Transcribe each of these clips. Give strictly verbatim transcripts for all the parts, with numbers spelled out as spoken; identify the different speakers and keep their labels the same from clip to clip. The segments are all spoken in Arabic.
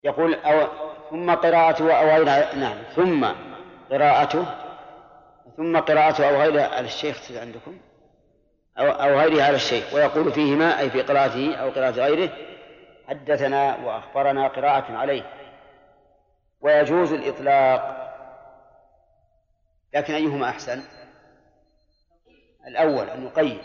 Speaker 1: يقول أو ثم قراءته أو غير نعم ثم قراءته ثم قراءته أو غير على الشيخ عندكم أو, أو غيره على الشيخ، ويقول فيهما أي في قراءته أو قراءة غيره حدثنا وأخبرنا قراءة عليه. ويجوز الإطلاق، لكن أيهما أحسن؟ الأول أن يقيد.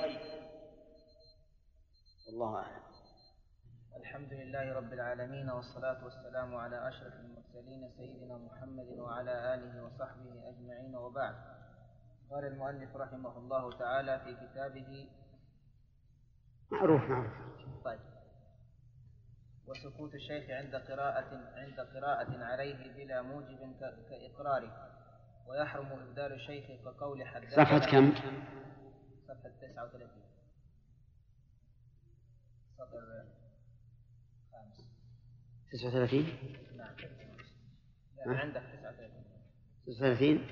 Speaker 1: والله أعلم.
Speaker 2: الحمد لله رب العالمين، والصلاة والسلام على أشرف المرسلين سيدنا محمد وعلى آله وصحبه أجمعين، وبعد. قال المؤلف رحمه الله تعالى في كتابه
Speaker 1: معروف معروف
Speaker 2: طيب. وسكوت الشيخ عند قراءة عند قراءة عليه بلا موجب كإقراره، ويحرم إبدال الشيخ كقول حدثنا.
Speaker 1: صفحة كم؟
Speaker 2: صفحة تسعة وثلاثين، سطر خامس.
Speaker 1: تسعة وثلاثين؟
Speaker 2: نعم. لا عندك تسعة وثلاثين.
Speaker 1: تسعة وثلاثين؟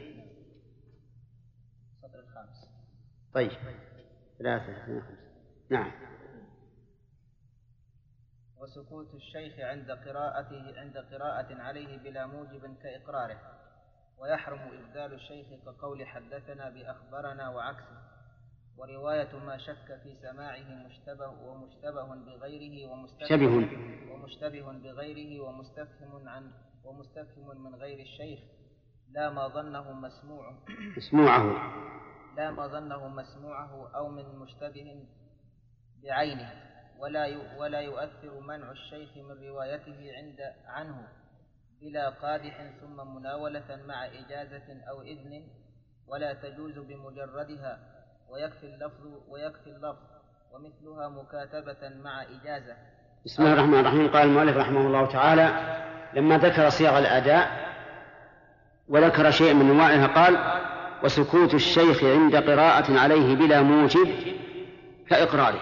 Speaker 2: سطر الخامس.
Speaker 1: طيب ثلاثة نعم.
Speaker 2: وسكوت الشيخ عند قراءته عند قراءة عليه بلا موجب كإقراره، ويحرم إبدال الشيخ كقول حدثنا بأخبرنا وعكسه، ورواية ما شك في سماعه مشتبه ومشتبه بغيره ومستفهم ومشتبه بغيره ومستفهم عن ومستفهم من غير الشيخ لا ما ظنه مسموع
Speaker 1: مسموعه
Speaker 2: لا ما ظنه مسموعه أو من مشتبه بعينه، ولا ولا يؤثر منع الشيخ من روايته عند عنه بلا قادح ثم مناولة مع إجازة أو إذن، ولا تجوز بمجردها، ويكفي اللفظ ويكفي اللفظ ومثلها مكاتبة مع إجازة.
Speaker 1: بسم الله الرحمن الرحيم. قال المؤلف رحمه الله تعالى لما ذكر صيغ الأداء وذكر شيء من انواعها قال وسكوت الشيخ عند قراءة عليه بلا موجب كإقراره،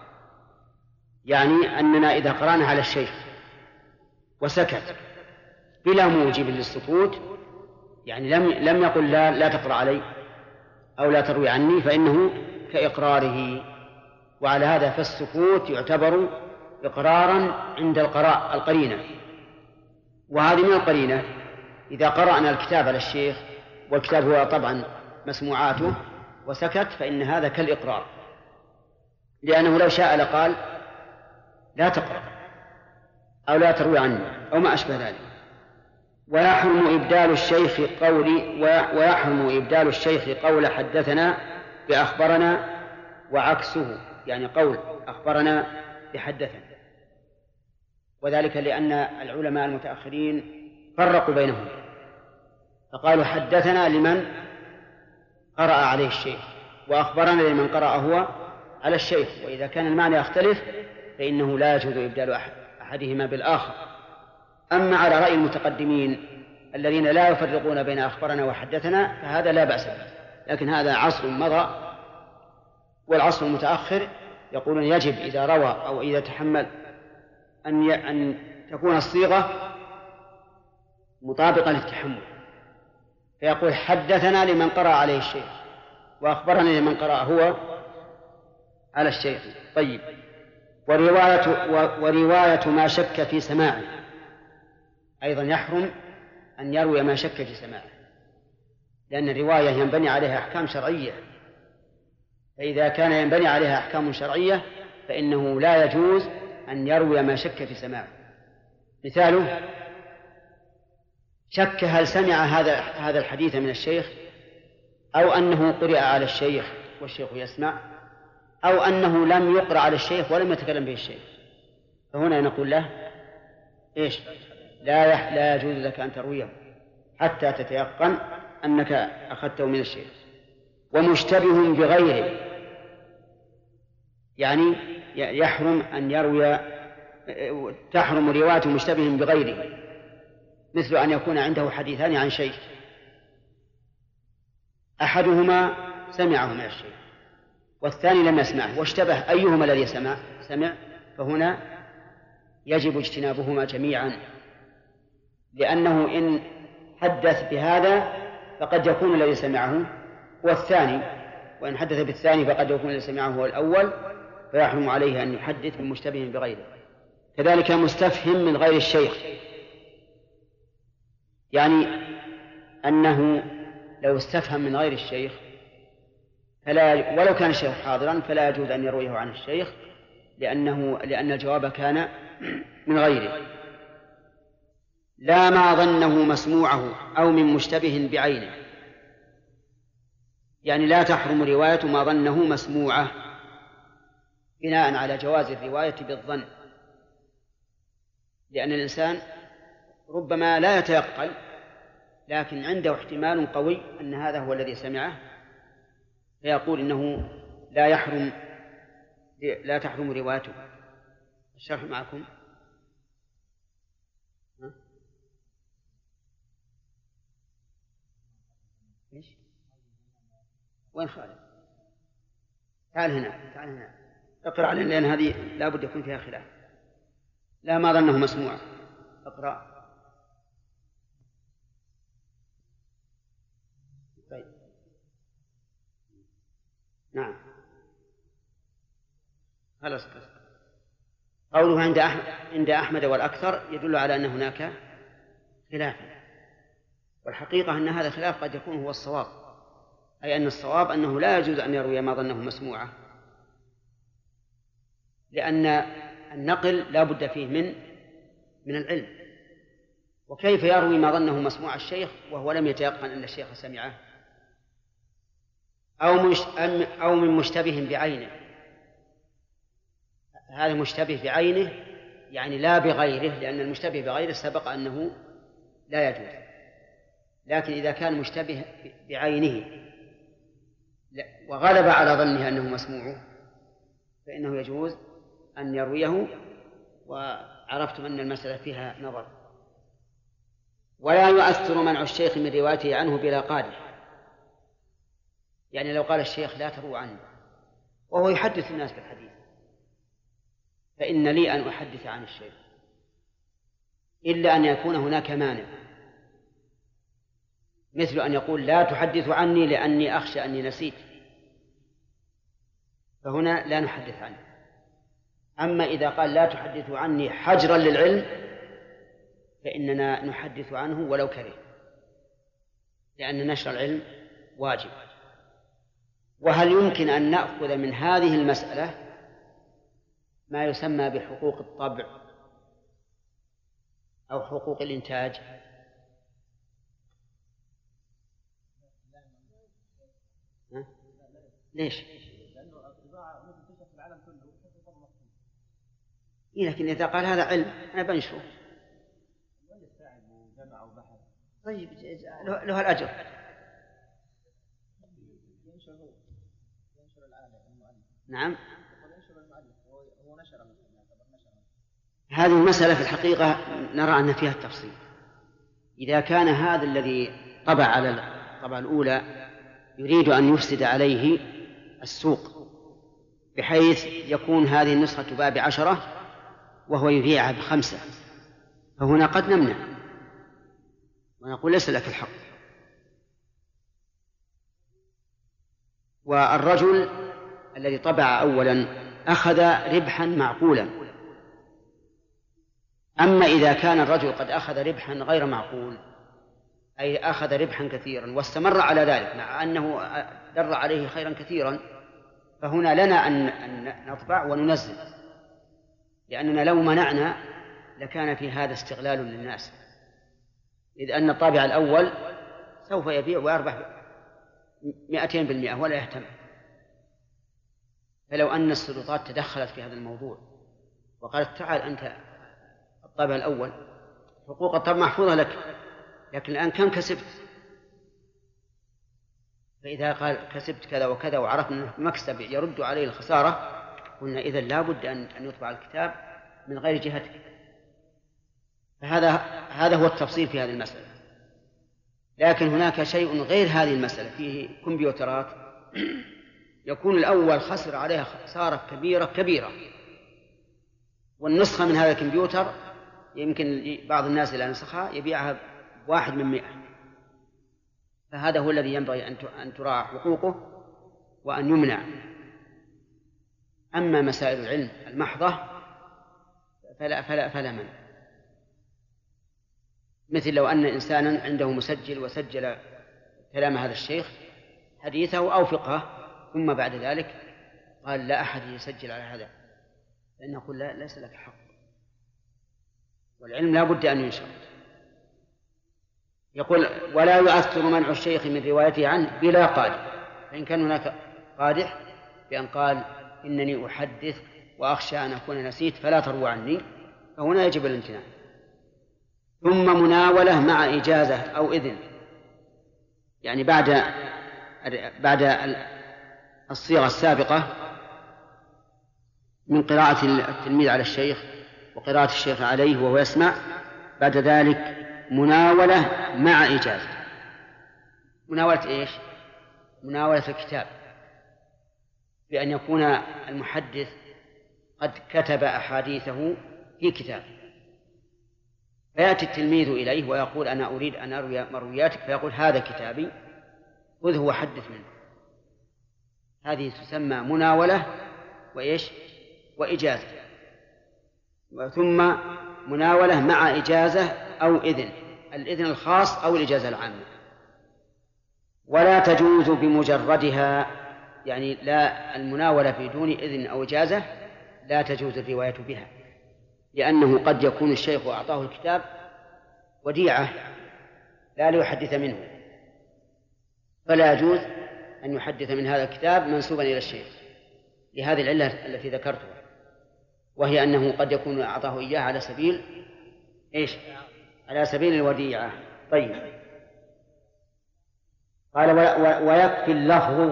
Speaker 1: يعني أننا إذا قرأنا على الشيخ وسكت بلا موجب للسكوت، يعني لم لم يقل لا, لا تقرأ علي أو لا تروي عني، فإنه كإقراره. وعلى هذا فالسكوت يعتبر إقرارا عند القراء القرينة، وهذه من القرينة. إذا قرأنا الكتاب على الشيخ والكتاب هو طبعا مسموعاته وسكت فإن هذا كالإقرار، لأنه لو شاء لقال لا تقرأ أو لا تروي عني أو ما أشبه ذلك. ويحرم إبدال الشيخ قولي ويحرم إبدال الشيخ قول حدثنا بأخبرنا وعكسه، يعني قول أخبرنا بحدثنا، وذلك لأن العلماء المتأخرين فرقوا بينهم فقالوا حدثنا لمن قرأ عليه الشيخ وأخبرنا لمن قرأ هو على الشيخ، وإذا كان المعنى يختلف فإنه لا يجوز إبدال أحد أحدهما بالآخر. أما على رأي المتقدمين الذين لا يفرقون بين أخبرنا وحدثنا فهذا لا بأس به، لكن هذا عصر مضى، والعصر المتأخر يقولون يجب إذا روى أو إذا تحمل أن أن تكون الصيغة مطابقة للتحمل، فيقول حدثنا لمن قرأ عليه الشيخ وأخبرنا لمن قرأ هو على الشيخ. طيب. ورواية, ورواية ما شك في سماعه أيضا يحرم أن يروي ما شك في سماعه، لأن الرواية ينبني عليها أحكام شرعية، فإذا كان ينبني عليها أحكام شرعية فإنه لا يجوز أن يروي ما شك في سماعه. مثاله شك هل سمع هذا هذا الحديث من الشيخ أو أنه قرأ على الشيخ والشيخ يسمع، أو أنه لم يقرأ على الشيخ ولم يتكلم به الشيخ، فهنا نقول له إيش؟ لا يح... لا يجوز لك أن ترويه حتى تتيقن أنك أخذته من الشيخ. ومشتبه بغيره، يعني يحرم أن يروي تحرم رواية مشتبه بغيره، مثل أن يكون عنده حديثان عن شيء أحدهما سمعه من الشيخ والثاني لم يسمعه واشتبه أيهما الذي سمع سمع فهنا يجب اجتنابهما جميعا، لأنه إن حدث بهذا فقد يكون الذي سمعه هو الثاني، وإن حدث بالثاني فقد يكون الذي سمعه هو الأول، فيحرم عليه أن يحدث بمشتبه بغيره. كذلك مستفهم من غير الشيخ، يعني أنه لو استفهم من غير الشيخ فلا ولو كان الشيخ حاضرا فلا يجوز أن يرويه عن الشيخ لأنه لأن الجواب كان من غيره. لا ما ظنه مسموعه أو من مشتبه بعينه، يعني لا تحرم رواية ما ظنه مسموعه بناء على جواز الرواية بالظن، لأن الإنسان ربما لا يتيقن لكن عنده احتمال قوي أن هذا هو الذي سمعه، فيقول إنه لا يحرم لا تحرم روايته. الشرح معكم. إيش؟ وين خالد؟ تعال هنا تعال هنا اقرأ علينا لأن هذه لا بد يكون فيها خلاف. لا ما ظنه مسموع. اقرأ. طيب. نعم خلاص. قوله عند أحمد, عند أحمد والأكثر يدل على أن هناك خلافا، والحقيقة أن هذا الخلاف قد يكون هو الصواب، أي أن الصواب أنه لا يجوز أن يروي ما ظنه مسموعة، لأن النقل لا بد فيه من من العلم، وكيف يروي ما ظنه مسموع الشيخ وهو لم يتيقن أن الشيخ سمعه؟ أو مش أو من مشتبه بعينه. هذا مشتبه بعينه يعني لا بغيره، لأن المشتبه بغيره سبق أنه لا يجوز، لكن إذا كان مشتبه بعينه وغلب على ظنه أنه مسموع فإنه يجوز أن يرويه، وعرفتم أن المسألة فيها نظر. ولا يؤثر منع الشيخ من روايته عنه بلا قادح، يعني لو قال الشيخ لا تروى عنه وهو يحدث الناس بالحديث فإن لي أن أحدث عن الشيخ، إلا أن يكون هناك مانع، مثل أن يقول لا تحدث عني لأني أخشى أني نسيت، فهنا لا نحدث عنه. أما إذا قال لا تحدث عني حجرا للعلم فإننا نحدث عنه ولو كره، لأن نشر العلم واجب. وهل يمكن أن نأخذ من هذه المسألة ما يسمى بحقوق الطبع أو حقوق الإنتاج؟ ها؟ ليش؟ إيه لكن إذا قال هذا علم أنا بنشره. طيب له الأجر. نعم. هذه المسألة في الحقيقة نرى أن فيها التفصيل. إذا كان هذا الذي طبع على الطبعة الأولى يريد أن يفسد عليه السوق بحيث يكون هذه النسخة تباع بعشرة وهو يبيعها بخمسة، فهنا قد نمنع ونقول ليس لك الحق. والرجل الذي طبع أولا أخذ ربحا معقولا، أما إذا كان الرجل قد أخذ ربحا غير معقول أي أخذ ربحا كثيرا واستمر على ذلك مع أنه در عليه خيرا كثيرا، فهنا لنا أن نطبع وننزل، لأننا لو منعنا لكان في هذا استغلال للناس، إذ أن الطابع الأول سوف يبيع ويربح مئتين بالمئة ولا يهتم. فلو أن السلطات تدخلت في هذا الموضوع وقالت تعال أنت الطابع الأول حقوق الطبع محفوظة لك، لكن الآن كم كسبت؟ فإذا قال كسبت كذا وكذا وعرفنا أنه مكسب يرد عليه الخسارة قلنا إذن لا بد أن يطبع الكتاب من غير جهتك. فهذا هذا هو التفصيل في هذه المسألة. لكن هناك شيء غير هذه المسألة، فيه كمبيوترات يكون الأول خسر عليها خسارة كبيرة كبيرة، والنسخة من هذا الكمبيوتر يمكن بعض الناس إلى نسخها يبيعها بواحد من مئة، فهذا هو الذي ينبغي أن تراعى حقوقه وأن يمنع. أما مسائل العلم المحضة فلا, فلا, فلا منع. مثل لو أن إنسانا عنده مسجل وسجل كلام هذا الشيخ حديثه أو فقهه، ثم بعد ذلك قال لا أحد يسجل على هذا، فإن نقول لا، ليس لك حق، والعلم لا بد أن ينشر. يقول ولا يؤثر منع الشيخ من روايته عنه بلا قادح، فإن كان هناك قادح بأن قال إنني أحدث وأخشى أن أكون نسيت فلا تروى عني، فهنا يجب الامتناع. ثم مناولة مع إجازة أو إذن، يعني بعد بعد الصيغة السابقة من قراءة التلميذ على الشيخ وقراءة الشيخ عليه وهو يسمع، بعد ذلك مناولة مع إجازة. مناولة إيش؟ مناولة الكتاب، بأن يكون المحدث قد كتب أحاديثه في كتاب، فيأتي التلميذ إليه ويقول أنا أريد أن أروي مروياتك، فيقول هذا كتابي خذه وحدث منه. هذه تسمى مناولة وإيش؟ وإجازة. ثم مناولة مع إجازة أو إذن، الإذن الخاص أو الإجازة العامة. ولا تجوز بمجردها، يعني لا، المناولة بدون إذن أو إجازة لا تجوز الرواية بها، لأنه قد يكون الشيخ أعطاه الكتاب وديعة لا ليحدث منه، فلا يجوز أن يحدث من هذا الكتاب منسوبا إلى الشيخ، لهذه العلة التي ذكرتها، وهي أنه قد يكون أعطاه إياه على سبيل إيش؟ على سبيل الوديعة. طيب، قال ويكفي اللفظ،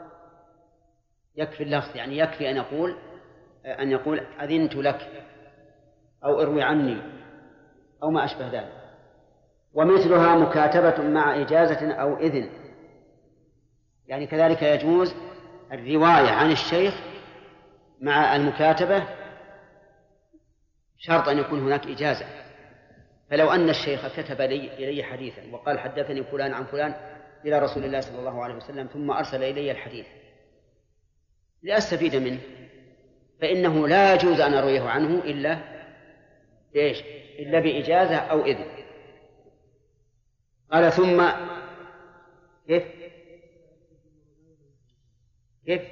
Speaker 1: يكفي اللفظ يعني يكفي أن يقول أن يقول أذنت لك أو اروي عني أو ما أشبه ذلك. ومثلها مكاتبة مع إجازة أو إذن، يعني كذلك يجوز الرواية عن الشيخ مع المكاتبة، شرط أن يكون هناك إجازة. فلو أن الشيخ كتب لي إلي حديثا وقال حدثني فلان عن فلان إلى رسول الله صلى الله عليه وسلم، ثم أرسل إلي الحديث لأستفيد منه، فإنه لا يجوز أن أرويه عنه إلا إيش؟ إلا بإجازة أو إذن. قال ثم كيف كيف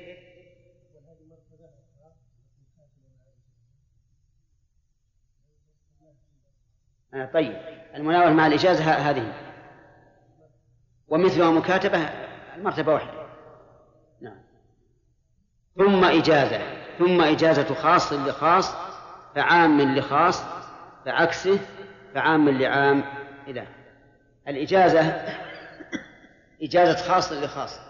Speaker 1: آه طيب، المناولة مع الإجازة هذه، ومثلها مكاتبة المرتبة واحدة. نعم. ثم إجازة، ثم إجازة خاص لخاص فعام لخاص فعكسه فعام لعام. إذا الإجازة إجازة خاص لخاص،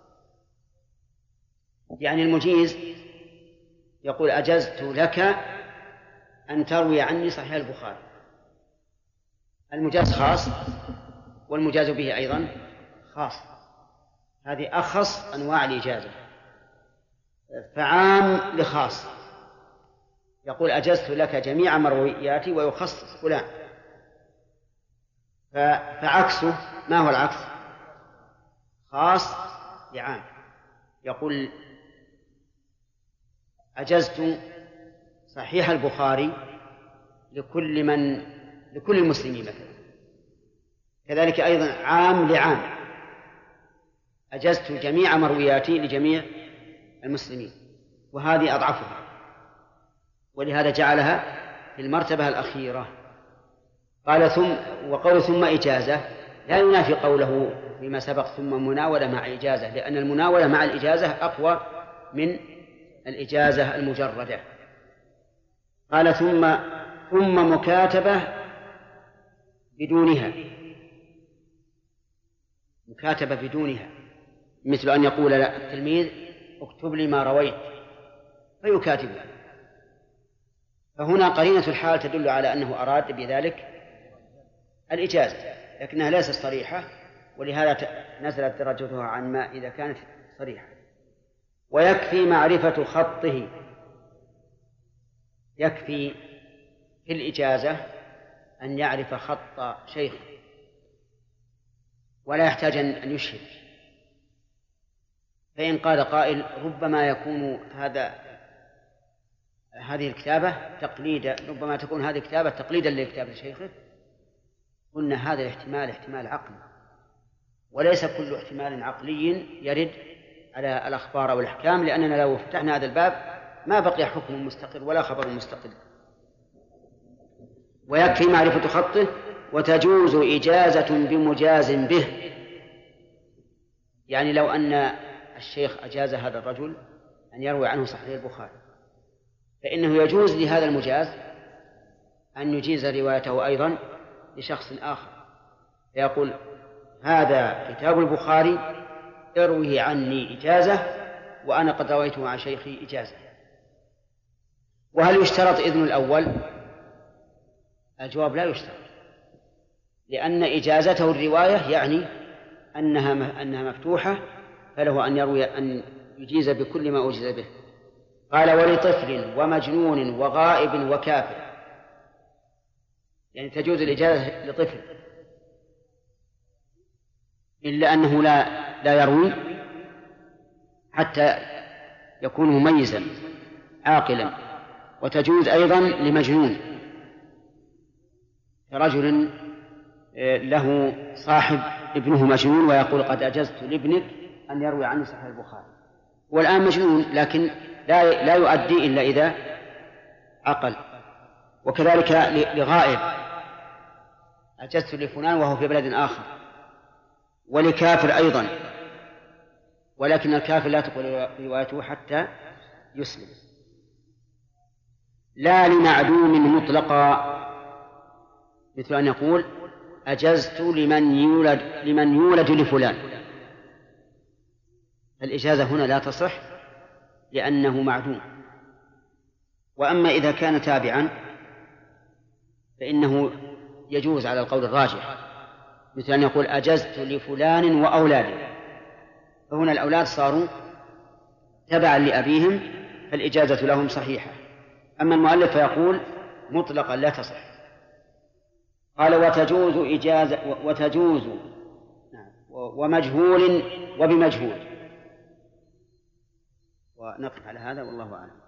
Speaker 1: يعني المجيز يقول أجزت لك أن تروي عني صحيح البخاري، المجاز خاص والمجاز به أيضا خاص، هذه أخص أنواع الإجازة. فعام لخاص يقول أجزت لك جميع مروياتي ويخصص فلان، فعكسه ما هو العكس؟ خاص لعام، يقول أجزت صحيح البخاري لكل من لكل المسلمين مثلا، كذلك أيضا عام لعام، أجزت جميع مروياتي لجميع المسلمين، وهذه أضعفها، ولهذا جعلها في المرتبة الأخيرة. قال ثم، وقول ثم إجازة لا ينافي قوله فيما سبق ثم مناولة مع إجازة، لأن المناولة مع الإجازة أقوى من الإجازة المجردة. قال ثم ثم مكاتبة بدونها، مكاتبة بدونها مثل أن يقول التلميذ اكتب لي ما رويت فيكاتبه، فهنا قرينة الحال تدل على أنه أراد بذلك الإجازة، لكنها ليست صريحة، ولهذا نزلت درجتها عن ما إذا كانت صريحة. ويكفي معرفة خطه، يكفي في الإجازة أن يعرف خط شيخه ولا يحتاج أن يشهد. فإن قال قائل ربما يكون هذا هذه الكتابة تقليدا، ربما تكون هذه الكتابة تقليدا لكتابة شيخه، قلنا هذا الاحتمال احتمال عقلي، وليس كل احتمال عقلي يرد على الأخبار أو الأحكام، لأننا لو فتحنا هذا الباب ما بقي حكم مستقل ولا خبر مستقل. ويكفي معرفة خطه. وتجوز إجازة بمجاز به، يعني لو أن الشيخ أجاز هذا الرجل أن يروي عنه صحيح البخاري، فإنه يجوز لهذا المجاز أن يجيز روايته أيضا لشخص آخر، فيقول هذا كتاب البخاري اروه عني إجازة وأنا قد رويته عن شيخي إجازة. وهل يشترط إذن الأول؟ الجواب لا يشترط، لأن إجازته الرواية يعني أنها أنها مفتوحة، فله أن يروي أن يجيز بكل ما أجيز به. قال ولطفل ومجنون وغائب وكافر، يعني تجوز الإجازة لطفل إلا أنه لا لا يروي حتى يكون مميزا عاقلا. وتجوز أيضا لمجنون، رجل له صاحب ابنه مجنون ويقول قد أجزت لابنك أن يروي عني صحيح البخاري، والآن مجنون لكن لا لا يؤدي إلا إذا عقل. وكذلك لغائب، أجزت لفلان وهو في بلد آخر. ولكافر أيضا، ولكن الكافر لا تقبل روايته حتى يسلم. لا لمعدوم مطلقا، مثل أن يقول أجزت لمن يولد لمن يولد لفلان، الإجازة هنا لا تصح لأنه معدوم. وأما إذا كان تابعا فإنه يجوز على القول الراجح، مثل أن يقول أجزت لفلان وأولاده، فهنا الأولاد صاروا تبعا لأبيهم فالإجازة لهم صحيحة. أما المؤلف فيقول مطلقا لا تصح. قال وتجوز إجازة وتجوز ومجهول وبمجهول. ونقف على هذا والله أعلم.